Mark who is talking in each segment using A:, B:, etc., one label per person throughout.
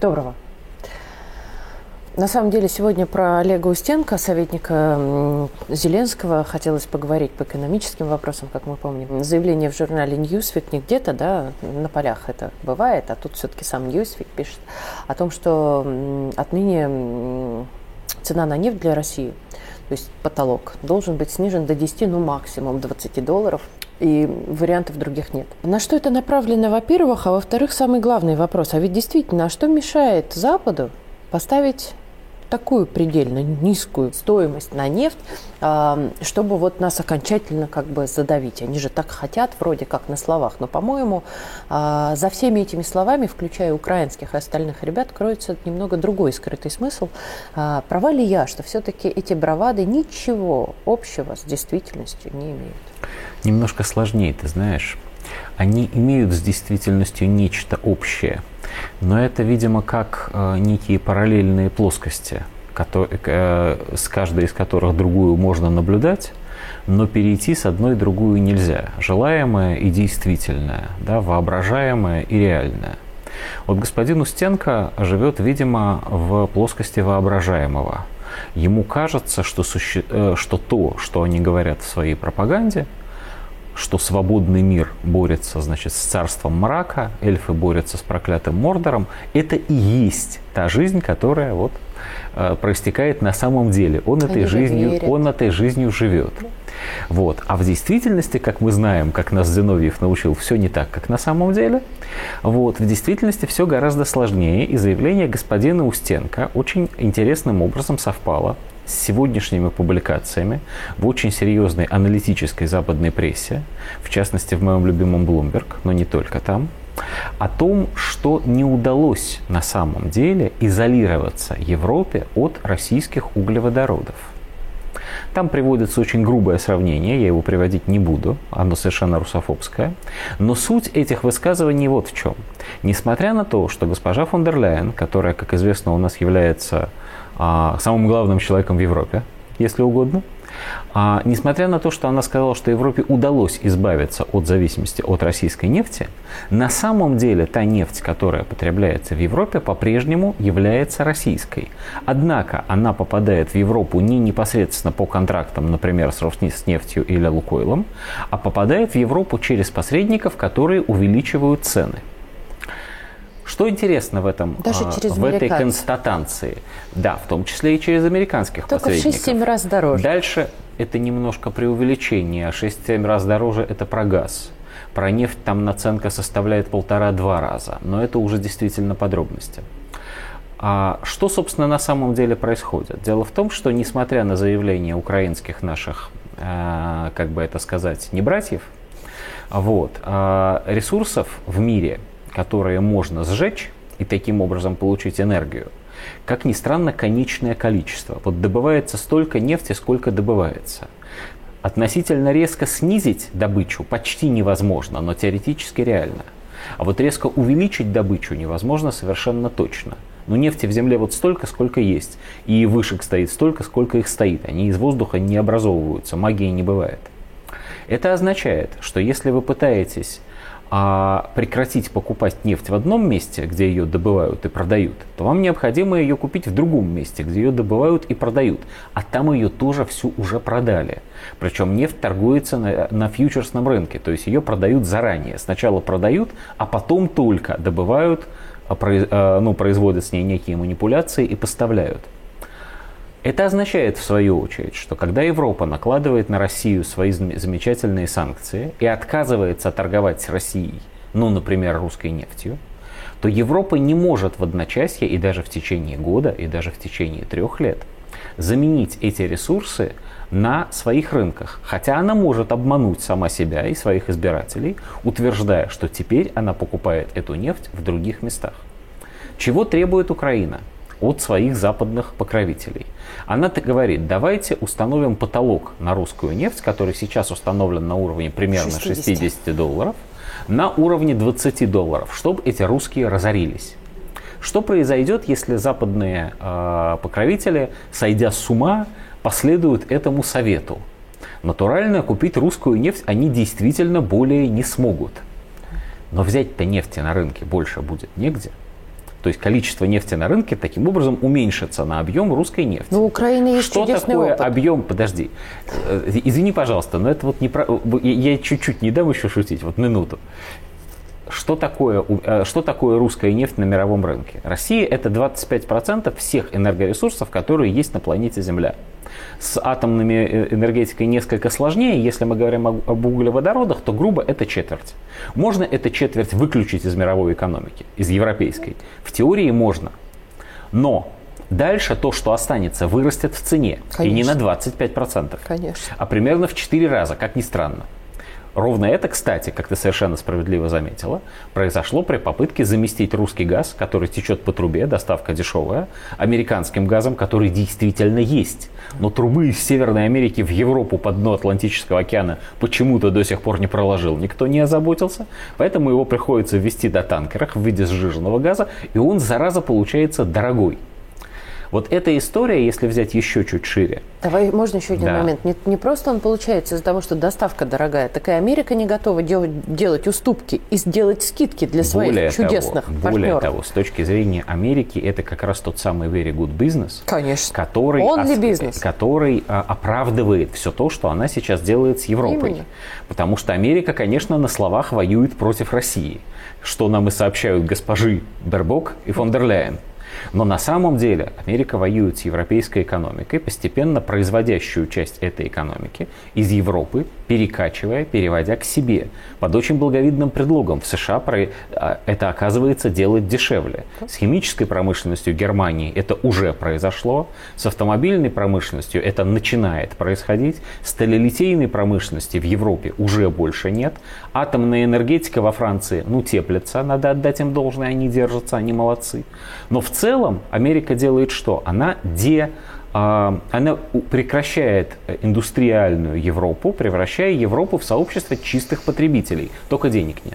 A: Доброго. На самом деле, сегодня про Олега Устенко, советника Зеленского, хотелось поговорить по экономическим вопросам, как мы помним. Заявление в журнале Newsweek не где-то, да, на полях это бывает, а тут все-таки сам Newsweek пишет о том, что отныне цена на нефть для России, то есть потолок, должен быть снижен до 10, ну максимум $20. И вариантов других нет. На что это направлено, во-первых, а во-вторых, самый главный вопрос. А ведь действительно, а что мешает Западу поставить такую предельно низкую стоимость на нефть, чтобы вот нас окончательно как бы задавить? Они же так хотят, вроде как на словах, но, по-моему, за всеми этими словами, включая украинских и остальных ребят, кроется немного другой скрытый смысл. Права ли я, что все-таки эти бравады ничего общего с действительностью не имеют?
B: Немножко сложнее, ты знаешь. Они имеют с действительностью нечто общее, но это, видимо, как некие параллельные плоскости, с каждой из которых другую можно наблюдать, но перейти с одной другую нельзя. Желаемое и действительное, да, воображаемое и реальное. Вот господин Устенко живет, видимо, в плоскости воображаемого. Ему кажется, что то, что они говорят в своей пропаганде, что свободный мир борется, значит, с царством мрака, эльфы борются с проклятым Мордором, это и есть та жизнь, которая вот проистекает на самом деле. Он этой жизнью живет. Вот. А в действительности, как мы знаем, как нас Зиновьев научил, все не так, как на самом деле. Вот. В действительности все гораздо сложнее, и заявление господина Устенко очень интересным образом совпало с сегодняшними публикациями в очень серьезной аналитической западной прессе, в частности в моем любимом Bloomberg, но не только там, о том, что не удалось на самом деле изолироваться Европе от российских углеводородов. Там приводится очень грубое сравнение, я его приводить не буду, оно совершенно русофобское. Но суть этих высказываний вот в чем. Несмотря на то, что госпожа фон дер Ляйен, которая, как известно, у нас является самым главным человеком в Европе, если угодно, несмотря на то, что она сказала, что Европе удалось избавиться от зависимости от российской нефти, на самом деле та нефть, которая потребляется в Европе, по-прежнему является российской. Однако она попадает в Европу не непосредственно по контрактам, например, с Роснефтью или Лукойлом, а попадает в Европу через посредников, которые увеличивают цены. Что интересно в этой констатации? Да, в том числе и через американских посредников.
A: Только в 6-7 раз дороже.
B: Дальше это немножко преувеличение. 6-7 раз дороже – это про газ. Про нефть там наценка составляет 1,5-2 раза. Но это уже действительно подробности. Что, собственно, на самом деле происходит? Дело в том, что несмотря на заявления украинских наших, как бы это сказать, не братьев, ресурсов в мире, которые можно сжечь и таким образом получить энергию, как ни странно, конечное количество. Вот добывается столько нефти, сколько добывается. Относительно резко снизить добычу почти невозможно, но теоретически реально. А вот резко увеличить добычу невозможно совершенно точно. Но нефти в земле вот столько, сколько есть. И вышек стоит столько, сколько их стоит. Они из воздуха не образовываются, магии не бывает. Это означает, что если вы пытаетесь прекратить покупать нефть в одном месте, где ее добывают и продают, то вам необходимо ее купить в другом месте, где ее добывают и продают. А там ее тоже всю уже продали. Причем нефть торгуется на фьючерсном рынке, то есть ее продают заранее. Сначала продают, а потом только добывают, производят с ней некие манипуляции и поставляют. Это означает, в свою очередь, что когда Европа накладывает на Россию свои замечательные санкции и отказывается торговать с Россией, например, русской нефтью, то Европа не может в одночасье и даже в течение года, и даже в течение 3 лет заменить эти ресурсы на своих рынках. Хотя она может обмануть сама себя и своих избирателей, утверждая, что теперь она покупает эту нефть в других местах. Чего требует Украина от своих западных покровителей? Она говорит, давайте установим потолок на русскую нефть, который сейчас установлен на уровне примерно $60, на уровне $20, чтобы эти русские разорились. Что произойдет, если западные покровители, сойдя с ума, последуют этому совету? Натурально купить русскую нефть они действительно более не смогут. Но взять-то нефти на рынке больше будет негде. То есть количество нефти на рынке таким образом уменьшится на объем русской нефти.
A: Но у Украины есть
B: что
A: чудесный
B: такое
A: опыт.
B: Объем? Подожди. Извини, пожалуйста, но это вот не про... Я чуть-чуть не дам еще шутить, вот минуту. Что такое русская нефть на мировом рынке? Россия – это 25% всех энергоресурсов, которые есть на планете Земля. С атомными энергетикой несколько сложнее. Если мы говорим об углеводородах, то грубо это четверть. Можно эту четверть выключить из мировой экономики, из европейской? В теории можно. Но дальше то, что останется, вырастет в цене. Конечно. И не на 25%.
A: Конечно.
B: А примерно в 4 раза, как ни странно. Ровно это, кстати, как ты совершенно справедливо заметила, произошло при попытке заместить русский газ, который течет по трубе, доставка дешевая, американским газом, который действительно есть. Но трубы из Северной Америки в Европу по дну Атлантического океана почему-то до сих пор не проложил, никто не озаботился. Поэтому его приходится ввести до танкерах в виде сжиженного газа, и он, зараза, получается дорогой. Вот эта история, если взять еще чуть шире.
A: Давай, можно еще один момент? Не просто он получается из-за того, что доставка дорогая, так и Америка не готова делать уступки и сделать скидки для своих чудесных партнеров.
B: Более того, с точки зрения Америки, это как раз тот самый very good business,
A: конечно,
B: который оправдывает все то, что она сейчас делает с Европой. Именно. Потому что Америка, конечно, на словах воюет против России, что нам и сообщают госпожи Бербок и фон дер Ляйен. Но на самом деле Америка воюет с европейской экономикой, постепенно производящую часть этой экономики из Европы, переводя к себе. Под очень благовидным предлогом в США это, оказывается, делать дешевле. С химической промышленностью Германии это уже произошло, с автомобильной промышленностью это начинает происходить, сталелитейной промышленности в Европе уже больше нет, атомная энергетика во Франции, теплится, надо отдать им должное, они держатся, они молодцы. Но в целом Америка делает что? Она прекращает индустриальную Европу, превращая Европу в сообщество чистых потребителей. Только денег нет.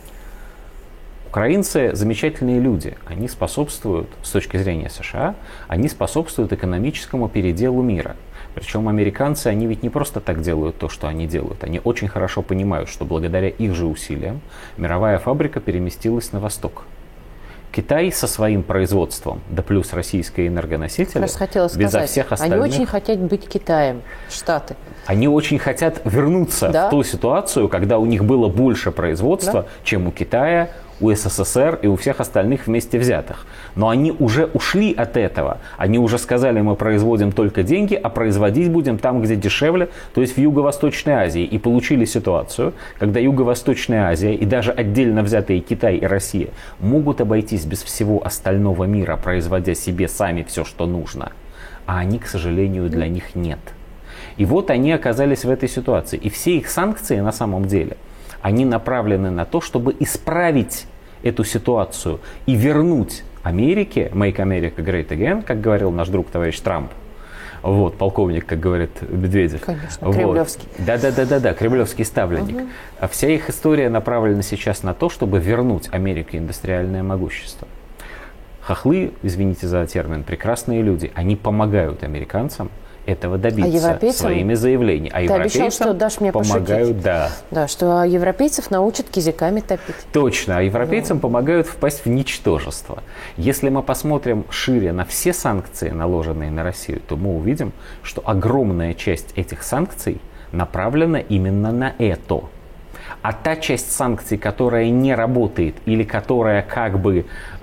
B: Украинцы замечательные люди. Они способствуют, с точки зрения США, они способствуют экономическому переделу мира. Причем американцы, они ведь не просто так делают то, что они делают. Они очень хорошо понимают, что благодаря их же усилиям мировая фабрика переместилась на восток. Китай со своим производством, да плюс российские энергоносители, безо всех остальных...
A: Они очень хотят быть Китаем, Штаты.
B: Они очень хотят вернуться в ту ситуацию, когда у них было больше производства, чем у Китая, у СССР и у всех остальных вместе взятых. Но они уже ушли от этого. Они уже сказали, мы производим только деньги, а производить будем там, где дешевле, то есть в Юго-Восточной Азии. И получили ситуацию, когда Юго-Восточная Азия и даже отдельно взятые Китай и Россия могут обойтись без всего остального мира, производя себе сами все, что нужно. А они, к сожалению, для них нет. И вот они оказались в этой ситуации. И все их санкции на самом деле, они направлены на то, чтобы исправить эту ситуацию и вернуть Америке, make America great again, как говорил наш друг товарищ Трамп, полковник, как говорит Медведев.
A: Конечно, кремлевский.
B: Да, кремлевский ставленник. А вся их история направлена сейчас на то, чтобы вернуть Америке индустриальное могущество. Хохлы, извините за термин, прекрасные люди, они помогают американцам этого добиться своими заявлениями. А европейцам помогают,
A: Да, что европейцев научат кизиками топить.
B: Точно, а европейцам помогают впасть в ничтожество. Если мы посмотрим шире на все санкции, наложенные на Россию, то мы увидим, что огромная часть этих санкций направлена именно на это. А та часть санкций, которая не работает или которая как бы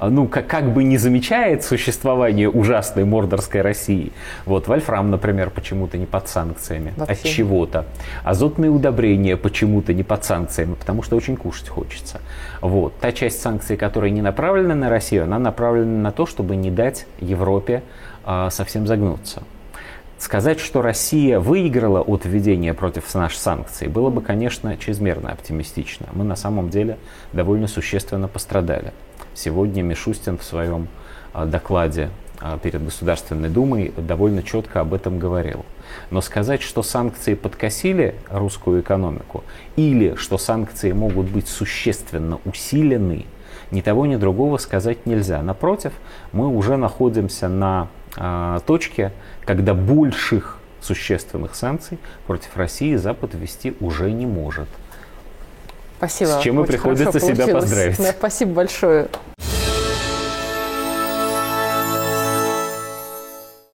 B: не замечает существование ужасной мордорской России. Вольфрам, например, почему-то не под санкциями от чего-то. Азотные удобрения почему-то не под санкциями, потому что очень кушать хочется. Та часть санкций, которая не направлена на Россию, она направлена на то, чтобы не дать Европе совсем загнуться. Сказать, что Россия выиграла от введения против наших санкций, было бы, конечно, чрезмерно оптимистично. Мы на самом деле довольно существенно пострадали. Сегодня Мишустин в своем докладе перед Государственной Думой довольно четко об этом говорил. Но сказать, что санкции подкосили русскую экономику или что санкции могут быть существенно усилены, ни того, ни другого сказать нельзя. Напротив, мы уже находимся на точке, когда больших существенных санкций против России Запад ввести уже не может.
A: Спасибо.
B: С чем и приходится себя поздравить.
A: Спасибо большое.